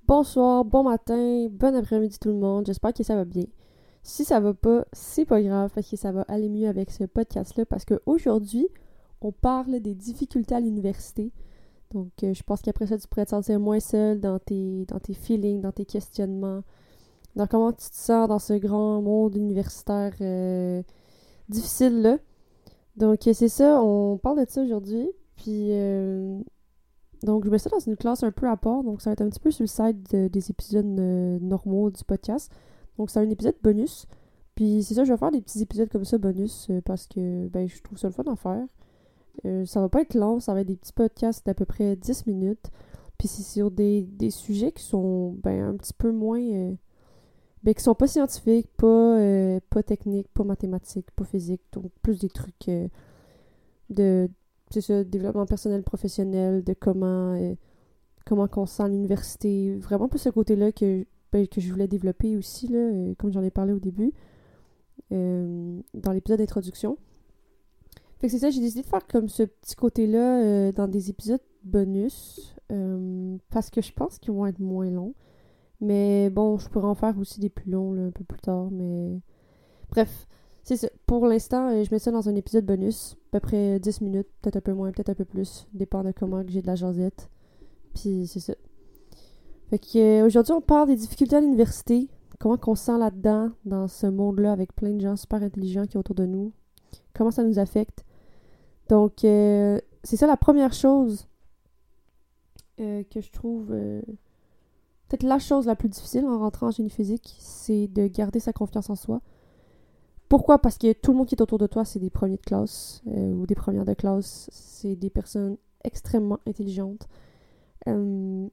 Bonsoir, bon matin, bon après-midi tout le monde, j'espère que ça va bien. Si ça va pas, c'est pas grave parce que ça va aller mieux avec ce podcast-là parce qu'aujourd'hui, on parle des difficultés à l'université. Donc, je pense qu'après ça, tu pourrais te sentir moins seul dans tes feelings, dans tes questionnements, dans comment tu te sens dans ce grand monde universitaire difficile-là. Donc, c'est ça, on parle de ça aujourd'hui. Puis, donc, je mets ça dans une classe un peu à part. Donc, ça va être un petit peu sur le site des épisodes normaux du podcast. Donc, c'est un épisode bonus. Puis, c'est ça, je vais faire des petits épisodes comme ça bonus parce que ben, je trouve ça le fun à faire. Ça va pas être long, ça va être des petits podcasts d'à peu près 10 minutes. Puis, c'est sur des sujets qui sont ben, un petit peu moins. Ben, qui sont pas scientifiques, pas techniques, pas mathématiques, pas physiques. Donc, plus des trucs de. C'est ça, développement personnel professionnel, de comment qu'on se sent à l'université. Vraiment plus ce côté-là que je voulais développer aussi, là, comme j'en ai parlé au début, dans l'épisode d'introduction. Fait que c'est ça, j'ai décidé de faire comme ce petit côté-là dans des épisodes bonus, parce que je pense qu'ils vont être moins longs. Mais bon, je pourrais en faire aussi des plus longs, là, un peu plus tard, mais... Bref, c'est ça. Pour l'instant, je mets ça dans un épisode bonus, à peu près 10 minutes, peut-être un peu moins, peut-être un peu plus, dépend de comment que j'ai de la jasette. Puis c'est ça. Fait que aujourd'hui, on parle des difficultés à l'université, comment qu'on se sent là-dedans, dans ce monde-là, avec plein de gens super intelligents qui sont autour de nous, comment ça nous affecte. Donc, c'est ça la première chose que je trouve peut-être la chose la plus difficile en rentrant en génie physique, c'est de garder sa confiance en soi. Pourquoi? Parce que tout le monde qui est autour de toi, c'est des premiers de classe ou des premières de classe. C'est des personnes extrêmement intelligentes. Euh,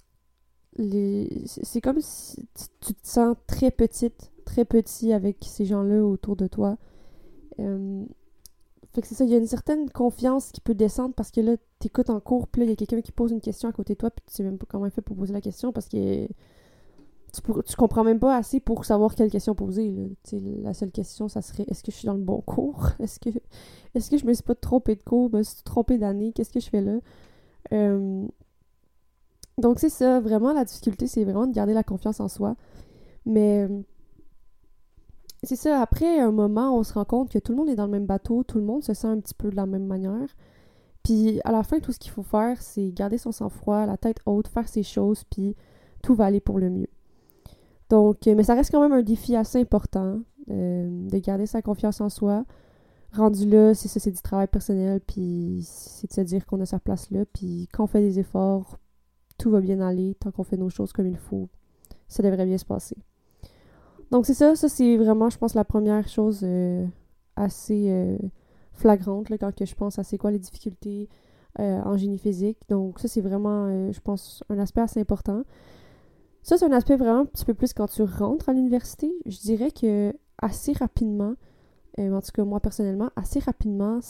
c'est comme si tu te sens très petite, très petit avec ces gens-là autour de toi. Euh, Fait que c'est ça, il y a une certaine confiance qui peut descendre parce que là, t'écoutes en cours, puis là, il y a quelqu'un qui pose une question à côté de toi, puis tu sais même pas comment il fait pour poser la question parce que tu comprends même pas assez pour savoir quelle question poser. Là. La seule question, ça serait est-ce que je suis dans le bon cours? Est-ce que je me suis pas trompée de cours? Me suis trompée d'année? Qu'est-ce que je fais là? Euh, donc c'est ça, vraiment la difficulté, c'est vraiment de garder la confiance en soi. Mais c'est ça, après un moment, on se rend compte que tout le monde est dans le même bateau, tout le monde se sent un petit peu de la même manière. Puis à la fin, tout ce qu'il faut faire, c'est garder son sang-froid, la tête haute, faire ses choses, puis tout va aller pour le mieux. Donc, mais ça reste quand même un défi assez important de garder sa confiance en soi. Rendu là, c'est ça, c'est du travail personnel, puis c'est de se dire qu'on a sa place là, puis quand on fait des efforts, tout va bien aller, tant qu'on fait nos choses comme il faut, ça devrait bien se passer. Donc c'est ça c'est vraiment, je pense, la première chose assez flagrante là, quand que je pense à c'est quoi les difficultés en génie physique. Donc ça, c'est vraiment, je pense, un aspect assez important. Ça, c'est un aspect vraiment un petit peu plus quand tu rentres à l'université. Je dirais que assez rapidement, en tout cas moi personnellement, assez rapidement,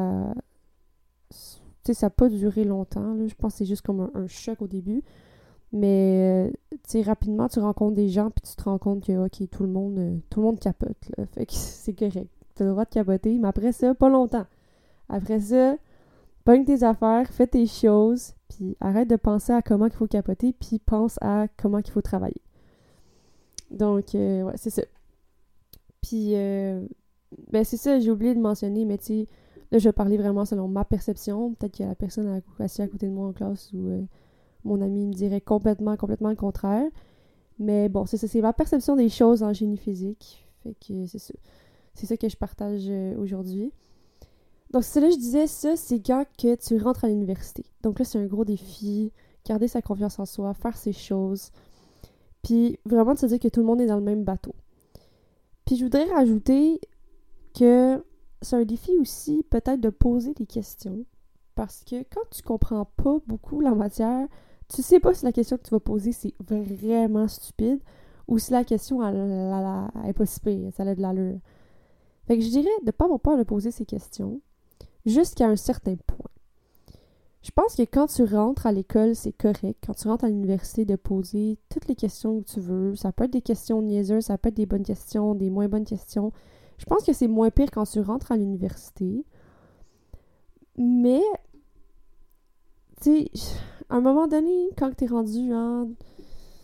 tu sais, ça n'a pas duré longtemps. Là. Je pense que c'est juste comme un choc au début. Mais, tu sais, rapidement, tu rencontres des gens, puis tu te rends compte que, OK, tout le monde capote, là. Fait que c'est correct. T'as le droit de capoter, mais après ça, pas longtemps. Après ça, pogne tes affaires, fais tes choses, puis arrête de penser à comment il faut capoter, puis pense à comment il faut travailler. Donc, ouais, c'est ça. Puis, ben c'est ça, j'ai oublié de mentionner, mais tu sais, là, je vais parler vraiment selon ma perception. Peut-être qu'il y a la personne assise à côté de moi en classe ou mon ami me dirait complètement le contraire. Mais bon, c'est ça, c'est ma perception des choses en génie physique. Fait que c'est ça que je partage aujourd'hui. Donc, c'est là, je disais, ça, c'est quand que tu rentres à l'université. Donc là, c'est un gros défi, garder sa confiance en soi, faire ses choses, puis vraiment de se dire que tout le monde est dans le même bateau. Puis je voudrais rajouter que c'est un défi aussi, peut-être, de poser des questions. Parce que quand tu comprends pas beaucoup la matière, tu sais pas si la question que tu vas poser, c'est vraiment stupide ou si la question, elle est pas si pire, ça a de l'allure. Fait que je dirais de pas avoir peur de poser ces questions jusqu'à un certain point. Je pense que quand tu rentres à l'école, c'est correct. Quand tu rentres à l'université, de poser toutes les questions que tu veux. Ça peut être des questions niaiseuses, ça peut être des bonnes questions, des moins bonnes questions. Je pense que c'est moins pire quand tu rentres à l'université. Mais, tu sais, à un moment donné, quand t'es rendu en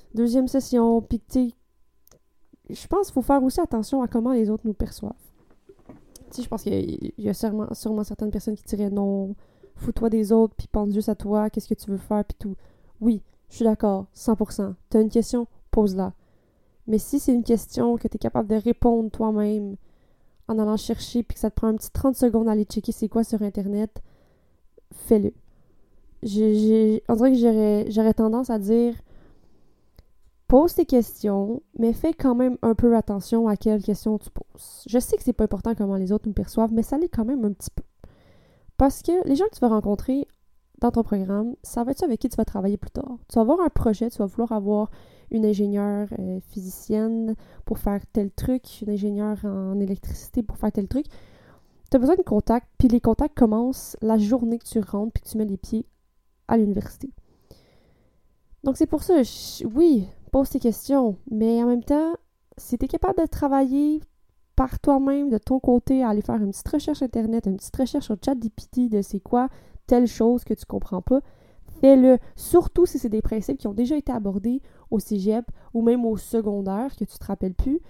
deuxième session, puis tu sais, je pense qu'il faut faire aussi attention à comment les autres nous perçoivent. Tu sais, je pense qu'il y a sûrement certaines personnes qui diraient non, fous-toi des autres, puis pense juste à toi, qu'est-ce que tu veux faire, puis tout. Oui, je suis d'accord, 100%. T'as une question, pose-la. Mais si c'est une question que t'es capable de répondre toi-même en allant chercher, puis que ça te prend un petit 30 secondes à aller checker c'est quoi sur Internet, fais-le. On dirait que j'aurais tendance à dire pose tes questions, mais fais quand même un peu attention à quelles questions tu poses. Je sais que c'est pas important comment les autres nous perçoivent, mais ça l'est quand même un petit peu. Parce que les gens que tu vas rencontrer dans ton programme, ça va être ceux avec qui tu vas travailler plus tard. Tu vas avoir un projet, tu vas vouloir avoir une ingénieure physicienne pour faire tel truc, une ingénieure en électricité pour faire tel truc. Tu as besoin de contacts, puis les contacts commencent la journée que tu rentres puis que tu mets les pieds à l'université. Donc c'est pour ça, oui, pose tes questions, mais en même temps, si tu es capable de travailler par toi-même, de ton côté, à aller faire une petite recherche Internet, une petite recherche sur ChatGPT de c'est quoi telle chose que tu comprends pas, fais-le. Surtout si c'est des principes qui ont déjà été abordés au cégep ou même au secondaire, que tu te rappelles plus.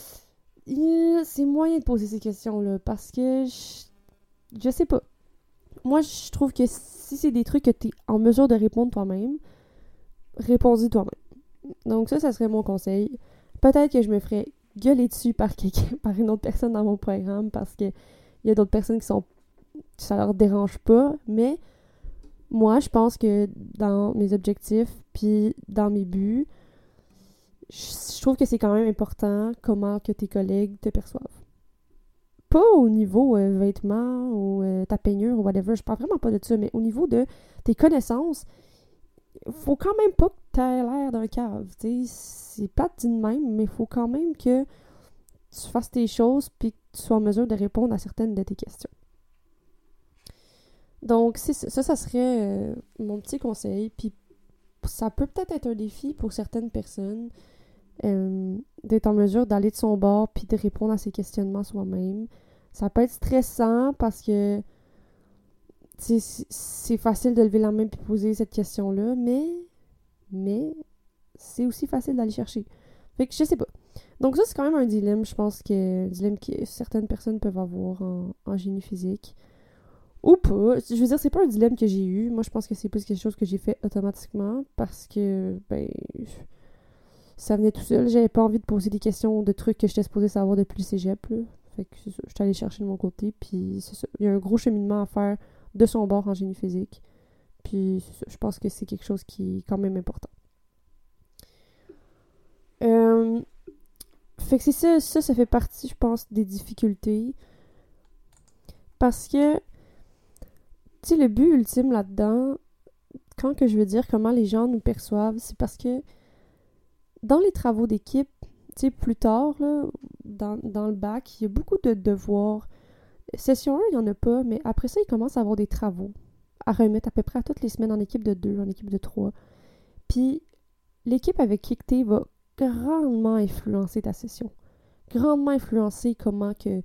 C'est moyen de poser ces questions-là parce que je sais pas. Moi, je trouve que si c'est des trucs que tu es en mesure de répondre toi-même, réponds-y toi-même. Donc ça serait mon conseil. Peut-être que je me ferais gueuler dessus par quelqu'un, par une autre personne dans mon programme parce que il y a d'autres personnes ça leur dérange pas, mais moi, je pense que dans mes objectifs puis dans mes buts, je trouve que c'est quand même important comment que tes collègues te perçoivent. Pas au niveau vêtements ou ta peignure ou whatever, je parle vraiment pas de ça, mais au niveau de tes connaissances, faut quand même pas que tu aies l'air d'un cave. T'sais. C'est plate dit de même, mais il faut quand même que tu fasses tes choses puis que tu sois en mesure de répondre à certaines de tes questions. Donc, ça serait mon petit conseil. Puis, ça peut peut-être être un défi pour certaines personnes d'être en mesure d'aller de son bord puis de répondre à ses questionnements soi-même. Ça peut être stressant parce que c'est facile de lever la main puis poser cette question-là, mais c'est aussi facile d'aller chercher. Fait que je sais pas. Donc ça, c'est quand même un dilemme, je pense que un dilemme que certaines personnes peuvent avoir en génie physique. Ou pas. Je veux dire, c'est pas un dilemme que j'ai eu. Moi, je pense que c'est plus quelque chose que j'ai fait automatiquement parce que, ça venait tout seul. J'avais pas envie de poser des questions de trucs que j'étais supposée savoir depuis le cégep, là. Fait que c'est ça. J'étais allée chercher de mon côté, puis c'est ça. Il y a un gros cheminement à faire de son bord en génie physique. Puis c'est ça. Je pense que c'est quelque chose qui est quand même important. Fait que c'est ça. Ça fait partie, je pense, des difficultés. Parce que tu sais, le but ultime là-dedans, quand que je veux dire comment les gens nous perçoivent, c'est parce que dans les travaux d'équipe, tu sais, plus tard, là, dans le bac, il y a beaucoup de devoirs. Session 1, il n'y en a pas, mais après ça, il commence à avoir des travaux à remettre à peu près à toutes les semaines en équipe de 2, en équipe de 3. Puis, l'équipe avec qui tu es va grandement influencer ta session. Grandement influencer comment que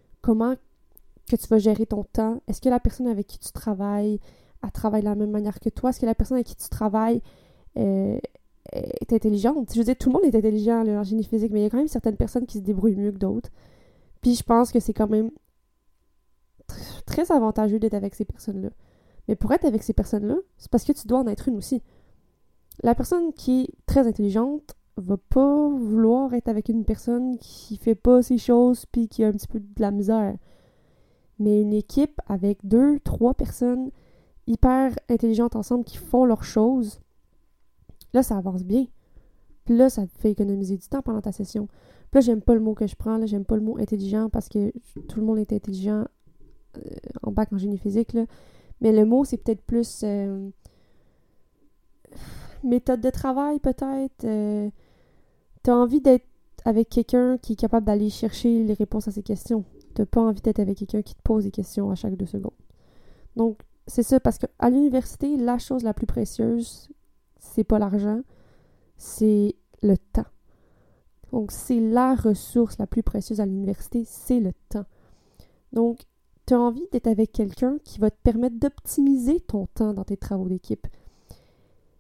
tu vas gérer ton temps. Est-ce que la personne avec qui tu travailles, elle travaille de la même manière que toi? Est-ce que la personne avec qui tu travailles est intelligente? Je veux dire, tout le monde est intelligent là, en génie physique, mais il y a quand même certaines personnes qui se débrouillent mieux que d'autres. Puis je pense que c'est quand même très avantageux d'être avec ces personnes-là. Mais pour être avec ces personnes-là, c'est parce que tu dois en être une aussi. La personne qui est très intelligente va pas vouloir être avec une personne qui fait pas ces choses puis qui a un petit peu de la misère. Mais une équipe avec 2, 3 personnes hyper intelligentes ensemble qui font leurs choses, là, ça avance bien. Puis là, ça te fait économiser du temps pendant ta session. Puis là, j'aime pas le mot que je prends, là, j'aime pas le mot intelligent parce que tout le monde est intelligent en bac en génie physique, là. Mais le mot, c'est peut-être plus méthode de travail, peut-être. T'as envie d'être avec quelqu'un qui est capable d'aller chercher les réponses à ces questions. T'as pas envie d'être avec quelqu'un qui te pose des questions à chaque 2 secondes. Donc, c'est ça, parce qu'à l'université, la chose la plus précieuse, c'est pas l'argent, c'est le temps. Donc, c'est la ressource la plus précieuse à l'université, c'est le temps. Donc, tu as envie d'être avec quelqu'un qui va te permettre d'optimiser ton temps dans tes travaux d'équipe.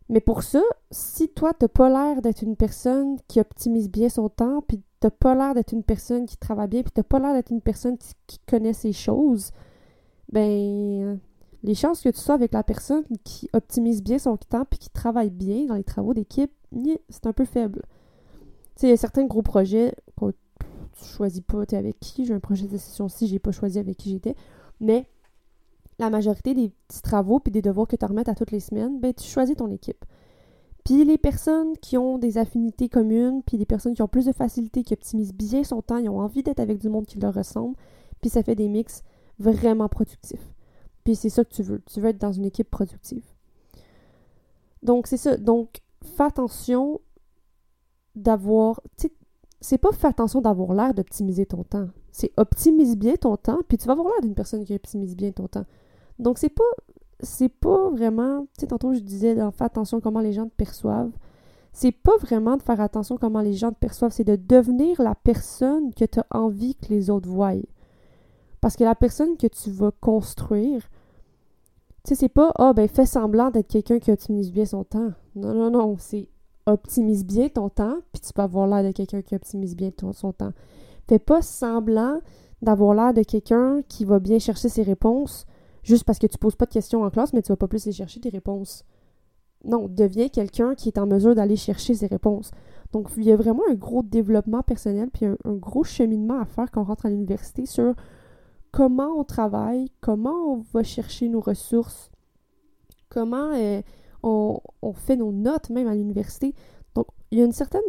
Mais pour ça, si toi, t'as pas l'air d'être une personne qui optimise bien son temps, puis t'as pas l'air d'être une personne qui travaille bien, puis t'as pas l'air d'être une personne qui connaît ses choses, ben, les chances que tu sois avec la personne qui optimise bien son temps puis qui travaille bien dans les travaux d'équipe, c'est un peu faible. Tu sais, il y a certains gros projets qu'on tu choisis pas, t'es avec qui, j'ai un projet de session-ci, j'ai pas choisi avec qui j'étais, mais la majorité des petits travaux puis des devoirs que tu remettes à toutes les semaines, ben tu choisis ton équipe. Puis les personnes qui ont des affinités communes, puis les personnes qui ont plus de facilité, qui optimisent bien son temps, ils ont envie d'être avec du monde qui leur ressemble, puis ça fait des mix vraiment productifs. Puis c'est ça que tu veux. Tu veux être dans une équipe productive. Donc c'est ça. Donc fais attention d'avoir... Tu sais, c'est pas fais attention d'avoir l'air d'optimiser ton temps. C'est optimise bien ton temps, puis tu vas avoir l'air d'une personne qui optimise bien ton temps. Donc c'est pas vraiment, tu sais, tantôt je disais, fais attention comment les gens te perçoivent. C'est pas vraiment de faire attention comment les gens te perçoivent, c'est de devenir la personne que tu as envie que les autres voient. Parce que la personne que tu vas construire, tu sais, c'est pas, fais semblant d'être quelqu'un qui optimise bien son temps. Non, non, non, c'est optimise bien ton temps, puis tu peux avoir l'air de quelqu'un qui optimise bien son temps. Fais pas semblant d'avoir l'air de quelqu'un qui va bien chercher ses réponses, juste parce que tu poses pas de questions en classe, mais tu vas pas plus les chercher tes réponses. Non, deviens quelqu'un qui est en mesure d'aller chercher ses réponses. Donc, il y a vraiment un gros développement personnel puis un gros cheminement à faire quand on rentre à l'université sur comment on travaille, comment on va chercher nos ressources, comment on fait nos notes même à l'université. Donc, il y a une certaine...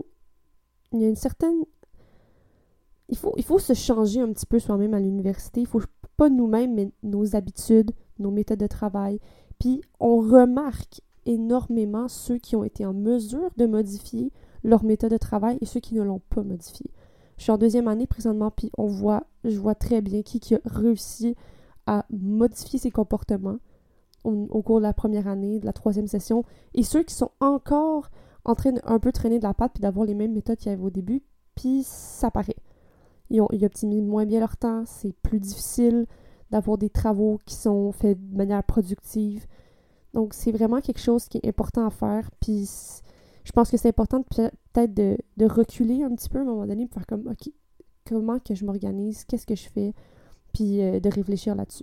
Il faut se changer un petit peu soi-même à l'université. Il faut pas nous-mêmes, mais nos habitudes, nos méthodes de travail. Puis on remarque énormément ceux qui ont été en mesure de modifier leur méthode de travail et ceux qui ne l'ont pas modifié. Je suis en 2e année présentement, puis je vois très bien qui a réussi à modifier ses comportements au cours de la première année, de la 3e session, et ceux qui sont encore en train d'un peu traîner de la patte puis d'avoir les mêmes méthodes qu'il y avait au début, puis ça paraît. Ils optimisent moins bien leur temps, c'est plus difficile d'avoir des travaux qui sont faits de manière productive. Donc, c'est vraiment quelque chose qui est important à faire. Puis, je pense que c'est important peut-être de reculer un petit peu à un moment donné pour faire comme, OK, comment que je m'organise, qu'est-ce que je fais, puis de réfléchir là-dessus.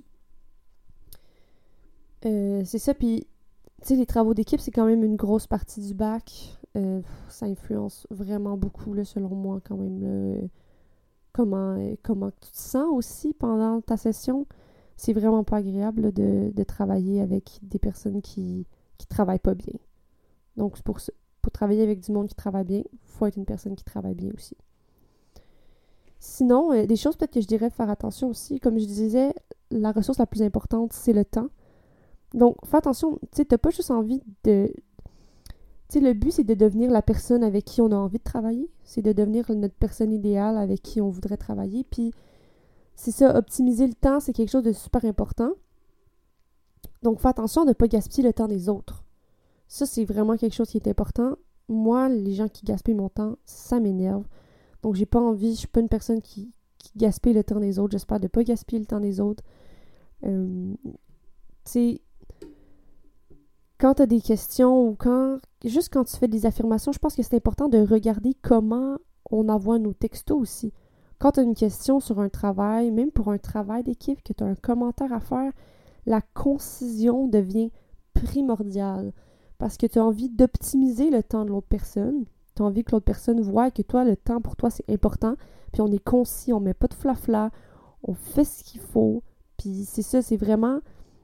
C'est ça, puis, tu sais, les travaux d'équipe, c'est quand même une grosse partie du bac. Ça influence vraiment beaucoup, là, selon moi, quand même, là. Comment tu te sens aussi pendant ta session. C'est vraiment pas agréable là, de travailler avec des personnes qui travaillent pas bien. Donc, c'est pour travailler avec du monde qui travaille bien, il faut être une personne qui travaille bien aussi. Sinon, des choses peut-être que je dirais de faire attention aussi. Comme je disais, la ressource la plus importante, c'est le temps. Donc, fais attention, tu sais, t'as pas juste envie de... Tu sais, le but, c'est de devenir la personne avec qui on a envie de travailler. C'est de devenir notre personne idéale avec qui on voudrait travailler. Puis, c'est ça, optimiser le temps, c'est quelque chose de super important. Donc, fais attention à ne pas gaspiller le temps des autres. Ça, c'est vraiment quelque chose qui est important. Moi, les gens qui gaspillent mon temps, ça m'énerve. Donc, j'ai pas envie, je suis pas une personne qui gaspille le temps des autres. J'espère de pas gaspiller le temps des autres. Tu sais, quand tu as des questions ou juste quand tu fais des affirmations, je pense que c'est important de regarder comment on envoie nos textos aussi. Quand tu as une question sur un travail, même pour un travail d'équipe, que tu as un commentaire à faire, la concision devient primordiale parce que tu as envie d'optimiser le temps de l'autre personne. Tu as envie que l'autre personne voie que toi, le temps pour toi, c'est important. Puis on est concis, on met pas de flafla, on fait ce qu'il faut. Puis c'est ça, c'est vraiment...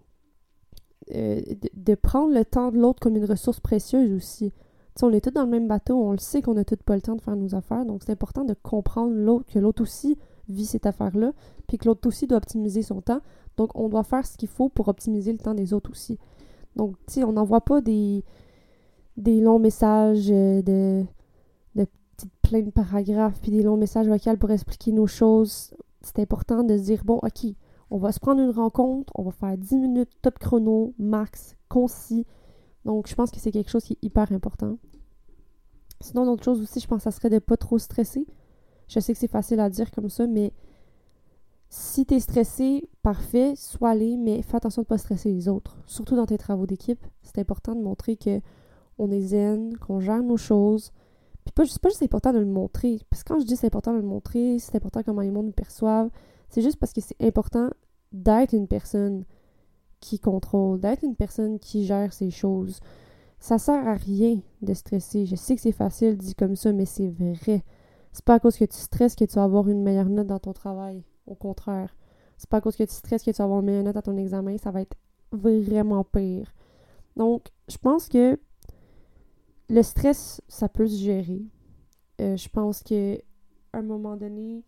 de prendre le temps de l'autre comme une ressource précieuse aussi. T'sais, on est tous dans le même bateau, on le sait qu'on n'a tous pas le temps de faire nos affaires, donc c'est important de comprendre l'autre, que l'autre aussi vit cette affaire-là, puis que l'autre aussi doit optimiser son temps. Donc, on doit faire ce qu'il faut pour optimiser le temps des autres aussi. Donc, tu sais, on n'envoie pas des longs messages de petites plein de paragraphes, puis des longs messages vocaux pour expliquer nos choses. C'est important de se dire, bon, OK, on va se prendre une rencontre, on va faire 10 minutes top chrono, max, concis. Donc, je pense que c'est quelque chose qui est hyper important. Sinon, d'autres choses aussi, je pense que ça serait de pas trop stresser. Je sais que c'est facile à dire comme ça, mais si t'es stressé, parfait, sois allé, mais fais attention de pas stresser les autres. Surtout dans tes travaux d'équipe, c'est important de montrer que on est zen, qu'on gère nos choses. Puis c'est pas juste important de le montrer. Parce que quand je dis c'est important de le montrer, c'est important comment les mondes nous perçoivent, c'est juste parce que c'est important d'être une personne qui contrôle, d'être une personne qui gère ses choses. Ça sert à rien de stresser. Je sais que c'est facile dit comme ça, mais c'est vrai. C'est pas à cause que tu stresses que tu vas avoir une meilleure note dans ton travail. Au contraire. C'est pas à cause que tu stresses que tu vas avoir une meilleure note à ton examen. Ça va être vraiment pire. Donc, je pense que le stress, ça peut se gérer. Je pense que à un moment donné,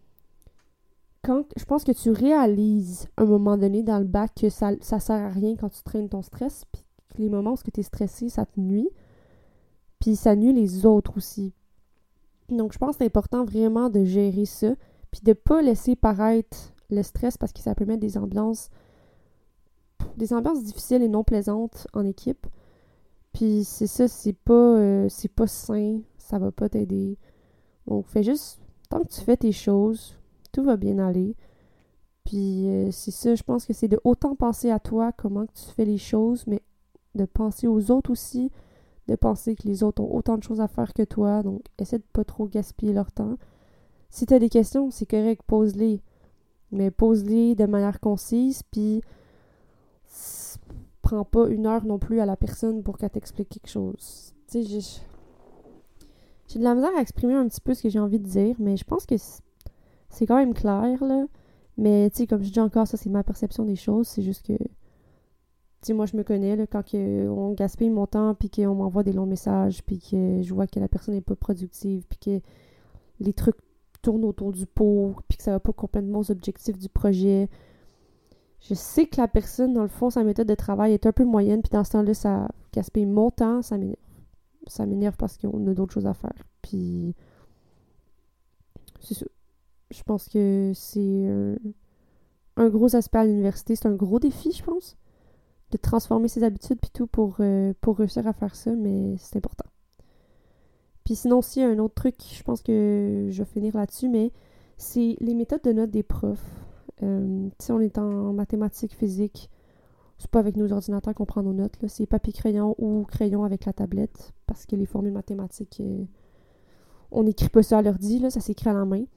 je pense que tu réalises à un moment donné dans le bac que ça sert à rien quand tu traînes ton stress, puis les moments où tu es stressé, ça te nuit, puis ça nuit les autres aussi. Donc, je pense que c'est important vraiment de gérer ça, puis de pas laisser paraître le stress parce que ça peut mettre des ambiances difficiles et non plaisantes en équipe. Puis c'est ça, c'est pas sain, ça va pas t'aider. Donc, fais juste, tant que tu fais tes choses, tout va bien aller. Puis c'est ça, je pense que c'est de autant penser à toi, comment que tu fais les choses, mais de penser aux autres aussi, de penser que les autres ont autant de choses à faire que toi, donc essaie de pas trop gaspiller leur temps. Si t'as des questions, c'est correct, pose-les. Mais pose-les de manière concise, puis prends pas 1 heure non plus à la personne pour qu'elle t'explique quelque chose. Tu sais, j'ai de la misère à exprimer un petit peu ce que j'ai envie de dire, mais je pense que c'est quand même clair, là. Mais, tu sais, comme je dis encore, ça, c'est ma perception des choses. C'est juste que, tu sais, moi, je me connais, là, quand on gaspille mon temps, puis qu'on m'envoie des longs messages, puis que je vois que la personne n'est pas productive, puis que les trucs tournent autour du pot, puis que ça va pas complètement aux objectifs du projet. Je sais que la personne, dans le fond, sa méthode de travail est un peu moyenne, puis dans ce temps-là, ça gaspille mon temps, ça m'énerve. Ça m'énerve parce qu'on a d'autres choses à faire. Puis, c'est ça. Je pense que c'est un gros aspect à l'université. C'est un gros défi, je pense, de transformer ses habitudes puis tout pour réussir à faire ça, mais c'est important. Puis sinon aussi, un autre truc, je pense que je vais finir là-dessus, mais c'est les méthodes de notes des profs. Si on est en mathématiques, physique, c'est pas avec nos ordinateurs qu'on prend nos notes, là. C'est papier-crayon ou crayon avec la tablette, parce que les formules mathématiques, on n'écrit pas ça à l'ordi, là, ça s'écrit à la main.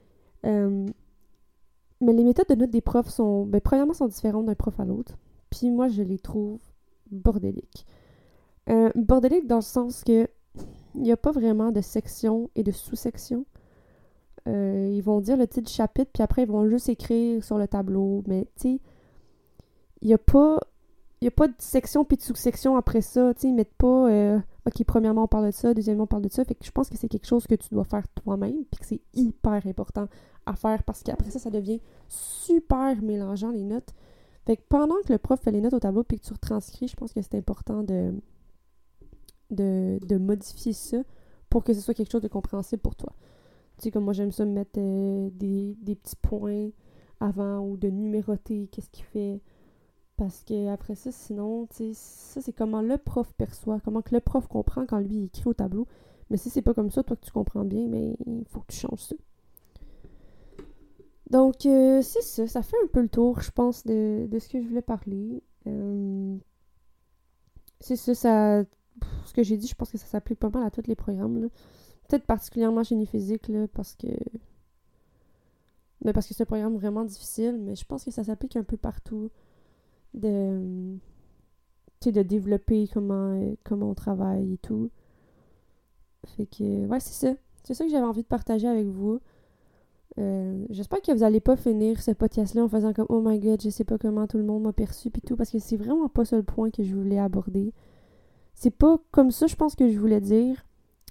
Mais les méthodes de notes des profs premièrement, sont différentes d'un prof à l'autre. Puis moi, je les trouve bordéliques. Bordéliques dans le sens que il n'y a pas vraiment de section et de sous-section. Ils vont dire le titre du chapitre, puis après, ils vont juste écrire sur le tableau. Mais, tu sais, il n'y a pas de section puis de sous-section après ça. Tu sais, ils mettent pas OK, premièrement, on parle de ça, deuxièmement, on parle de ça. Fait que je pense que c'est quelque chose que tu dois faire toi-même, puis que c'est hyper important à faire, parce qu'après ça devient super mélangeant, les notes. Fait que pendant que le prof fait les notes au tableau puis que tu retranscris, je pense que c'est important de modifier ça pour que ce soit quelque chose de compréhensible pour toi. Tu sais, comme moi, j'aime ça me mettre des petits points avant ou de numéroter qu'est-ce qu'il fait. Parce que après ça, sinon, tu sais, ça, c'est comment le prof perçoit, comment que le prof comprend quand lui il écrit au tableau. Mais si c'est pas comme ça, toi, que tu comprends bien, mais il faut que tu changes ça. Donc, c'est ça. Ça fait un peu le tour, je pense, de ce que je voulais parler. C'est ça, ce que j'ai dit, je pense que ça s'applique pas mal à tous les programmes, là. Peut-être particulièrement génie physique, là, parce que c'est un programme vraiment difficile, mais je pense que ça s'applique un peu partout. De développer comment on travaille et tout. Fait que, ouais, c'est ça. C'est ça que j'avais envie de partager avec vous. J'espère que vous allez pas finir ce podcast-là en faisant comme oh my god, je sais pas comment tout le monde m'a perçu pis tout, parce que c'est vraiment pas ça le point que je voulais aborder. C'est pas comme ça, je pense, que je voulais dire.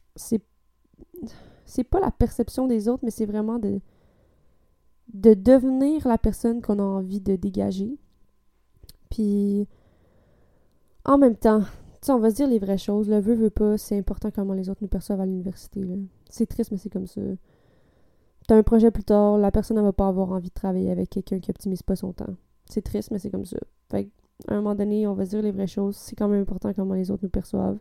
C'est pas la perception des autres, mais c'est vraiment de devenir la personne qu'on a envie de dégager. Puis en même temps, tu sais, on va se dire les vraies choses. Le veut pas, c'est important comment les autres nous perçoivent à l'université, là. C'est triste, mais c'est comme ça. T'as un projet plus tard, la personne ne va pas avoir envie de travailler avec quelqu'un qui optimise pas son temps. C'est triste, mais c'est comme ça. Fait qu'à un moment donné, on va se dire les vraies choses. C'est quand même important comment les autres nous perçoivent.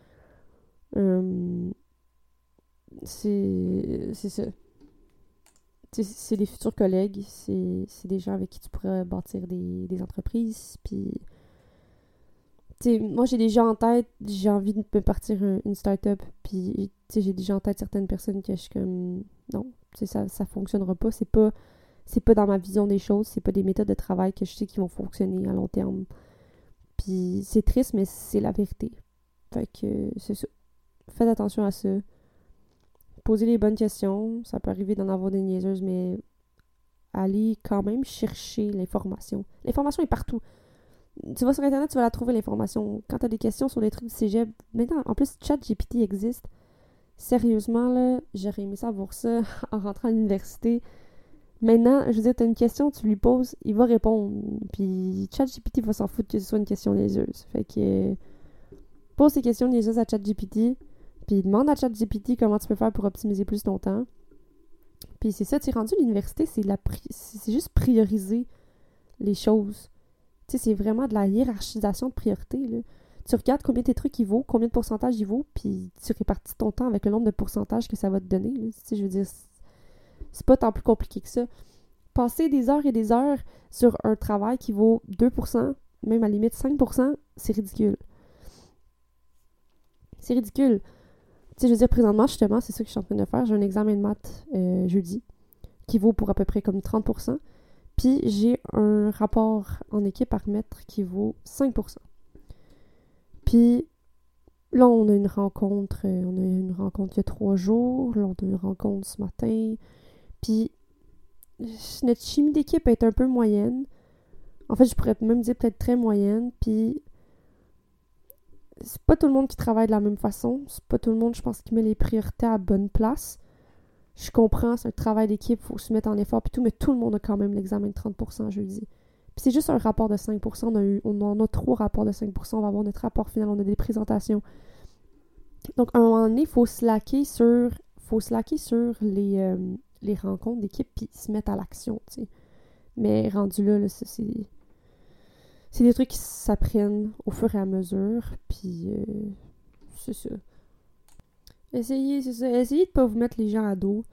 C'est ça. C'est des futurs collègues. C'est des gens avec qui tu pourrais bâtir des entreprises. Puis, tu sais, moi, j'ai déjà en tête, j'ai envie de me partir une start-up, puis, tu sais, j'ai déjà en tête certaines personnes que je suis comme, non, tu sais, ça fonctionnera pas, c'est pas dans ma vision des choses, c'est pas des méthodes de travail que je sais qui vont fonctionner à long terme. Puis c'est triste, mais c'est la vérité. Fait que c'est ça. Faites attention à ça. Posez les bonnes questions. Ça peut arriver d'en avoir des niaiseuses, mais allez quand même chercher l'information. L'information est partout. Tu vas sur Internet, tu vas la trouver, l'information. Quand tu as des questions sur des trucs du cégep, maintenant, en plus, ChatGPT existe. Sérieusement, là, j'aurais aimé savoir ça en rentrant à l'université. Maintenant, je veux dire, t'as une question, tu lui poses, il va répondre. Puis ChatGPT va s'en foutre que ce soit une question niaiseuse. Fait que pose tes questions niaiseuses à ChatGPT, puis demande à ChatGPT comment tu peux faire pour optimiser plus ton temps. Puis c'est ça, tu es rendu à l'université, c'est juste prioriser les choses. Tu sais, c'est vraiment de la hiérarchisation de priorité, là. Tu regardes combien tes trucs il vaut, combien de pourcentage il vaut, puis tu répartis ton temps avec le nombre de pourcentage que ça va te donner, là. Tu sais, je veux dire, c'est pas tant plus compliqué que ça. Passer des heures et des heures sur un travail qui vaut 2%, même à la limite 5%, c'est ridicule. C'est ridicule. Tu sais, je veux dire, présentement, justement, c'est ça que je suis en train de faire. J'ai un examen de maths jeudi qui vaut pour à peu près comme 30%. Puis j'ai un rapport en équipe à remettre qui vaut 5%. Puis là, on a une rencontre. On a eu une rencontre il y a 3 jours. Là, on a eu une rencontre ce matin. Puis notre chimie d'équipe est un peu moyenne. En fait, je pourrais même dire peut-être très moyenne. Puis c'est pas tout le monde qui travaille de la même façon. C'est pas tout le monde, je pense, qui met les priorités à la bonne place. Je comprends, c'est un travail d'équipe, il faut se mettre en effort puis tout, mais tout le monde a quand même l'examen de 30% jeudi. Puis c'est juste un rapport de 5%, on en a 3 rapports de 5%, on va avoir notre rapport final, on a des présentations. Donc à un moment donné, il faut slacker sur les rencontres d'équipe puis se mettre à l'action, tu sais. Mais rendu là, c'est des trucs qui s'apprennent au fur et à mesure, puis c'est ça. Essayez de pas vous mettre les gens à dos.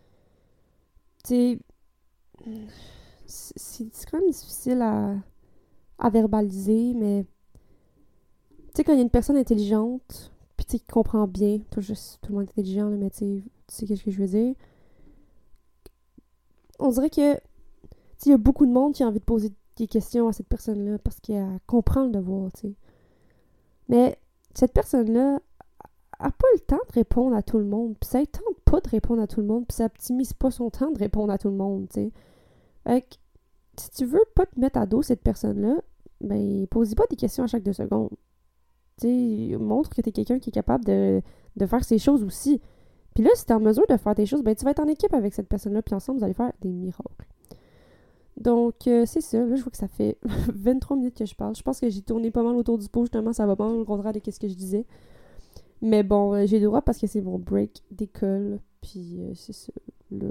Tu sais, c'est quand même difficile à verbaliser, mais tu sais, quand il y a une personne intelligente, puis tu sais, qui comprend bien, pas juste tout le monde est intelligent, là, mais tu sais qu'est-ce que je veux dire, on dirait que, tu sais, il y a beaucoup de monde qui a envie de poser des questions à cette personne-là parce qu'elle comprend le devoir, tu sais. Mais cette personne-là a pas le temps de répondre à tout le monde, puis ça ne tente pas de répondre à tout le monde, puis ça optimise pas son temps de répondre à tout le monde, tu sais. Fait que, si tu veux pas te mettre à dos cette personne-là, ben, pose-y pas des questions à chaque 2 secondes. Tu sais, montre que t'es quelqu'un qui est capable de faire ses choses aussi. Puis là, si t'es en mesure de faire tes choses, ben, tu vas être en équipe avec cette personne-là, puis ensemble, vous allez faire des miracles. Donc, c'est ça. Là, je vois que ça fait 23 minutes que je parle. Je pense que j'ai tourné pas mal autour du pot, justement. Ça va pas mal au contraire de ce que je disais. Mais bon, j'ai le droit parce que c'est mon break d'école. Puis, c'est ça. Là,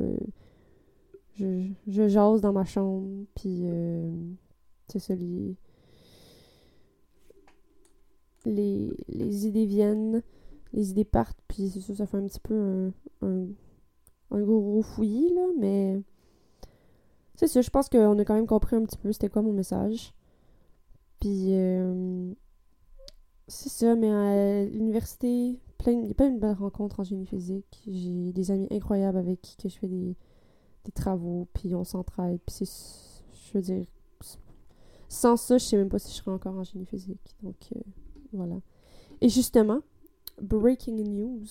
je jase dans ma chambre. Puis, c'est ça, les idées viennent. Les idées partent. Puis, c'est ça, ça fait un petit peu un gros fouillis, là. Mais c'est ça, je pense qu'on a quand même compris un petit peu c'était quoi mon message. Puis, c'est ça, mais à l'université, il y a plein de belles rencontres en génie physique. J'ai des amis incroyables avec qui que je fais des travaux, puis on s'entraide. Puis je veux dire, sans ça, je sais même pas si je serais encore en génie physique. Donc, voilà. Et justement, breaking news,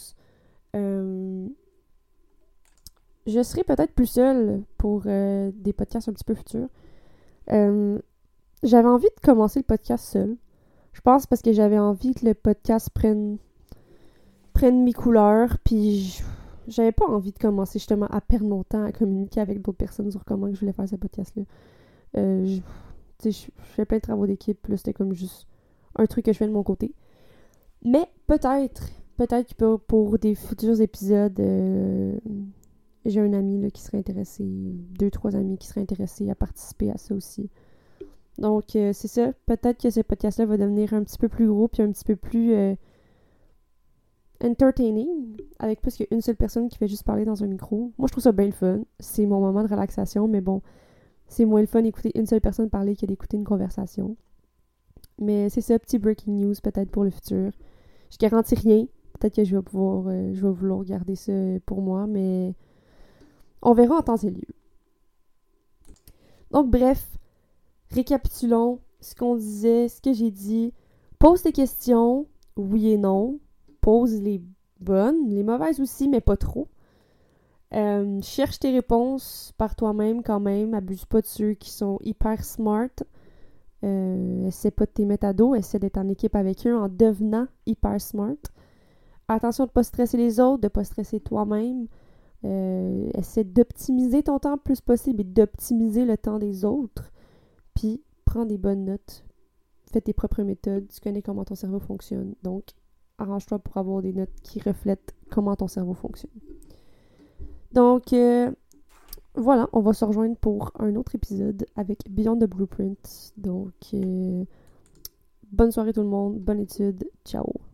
je serai peut-être plus seule pour des podcasts un petit peu futurs. J'avais envie de commencer le podcast seul. Je pense parce que j'avais envie que le podcast prenne mes couleurs, puis j'avais pas envie de commencer justement à perdre mon temps à communiquer avec d'autres personnes sur comment je voulais faire ce podcast-là. Je fais plein de travaux d'équipe, là, c'était comme juste un truc que je fais de mon côté. Mais peut-être que pour des futurs épisodes, j'ai un ami là, qui serait intéressé, 2-3 amis qui seraient intéressés à participer à ça aussi. Donc, c'est ça. Peut-être que ce podcast-là va devenir un petit peu plus gros puis un petit peu plus entertaining, avec plus qu'une seule personne qui fait juste parler dans un micro. Moi, je trouve ça bien le fun. C'est mon moment de relaxation, mais bon, c'est moins le fun d'écouter une seule personne parler que d'écouter une conversation. Mais c'est ça, petit breaking news peut-être pour le futur. Je garantis rien. Peut-être que je vais vouloir garder ça pour moi, mais on verra en temps et lieu. Donc bref, récapitulons ce qu'on disait, ce que j'ai dit. Pose tes questions, oui et non. Pose les bonnes, les mauvaises aussi, mais pas trop. Cherche tes réponses par toi-même quand même. Abuse pas de ceux qui sont hyper smart. Essaie pas de t'y mettre à dos. Essaie d'être en équipe avec eux en devenant hyper smart. Attention de ne pas stresser les autres, de ne pas stresser toi-même. Essaie d'optimiser ton temps le plus possible et d'optimiser le temps des autres. Puis, prends des bonnes notes. Fais tes propres méthodes. Tu connais comment ton cerveau fonctionne. Donc, arrange-toi pour avoir des notes qui reflètent comment ton cerveau fonctionne. Donc, voilà, on va se rejoindre pour un autre épisode avec Beyond the Blueprint. Donc, bonne soirée tout le monde, bonne étude, ciao!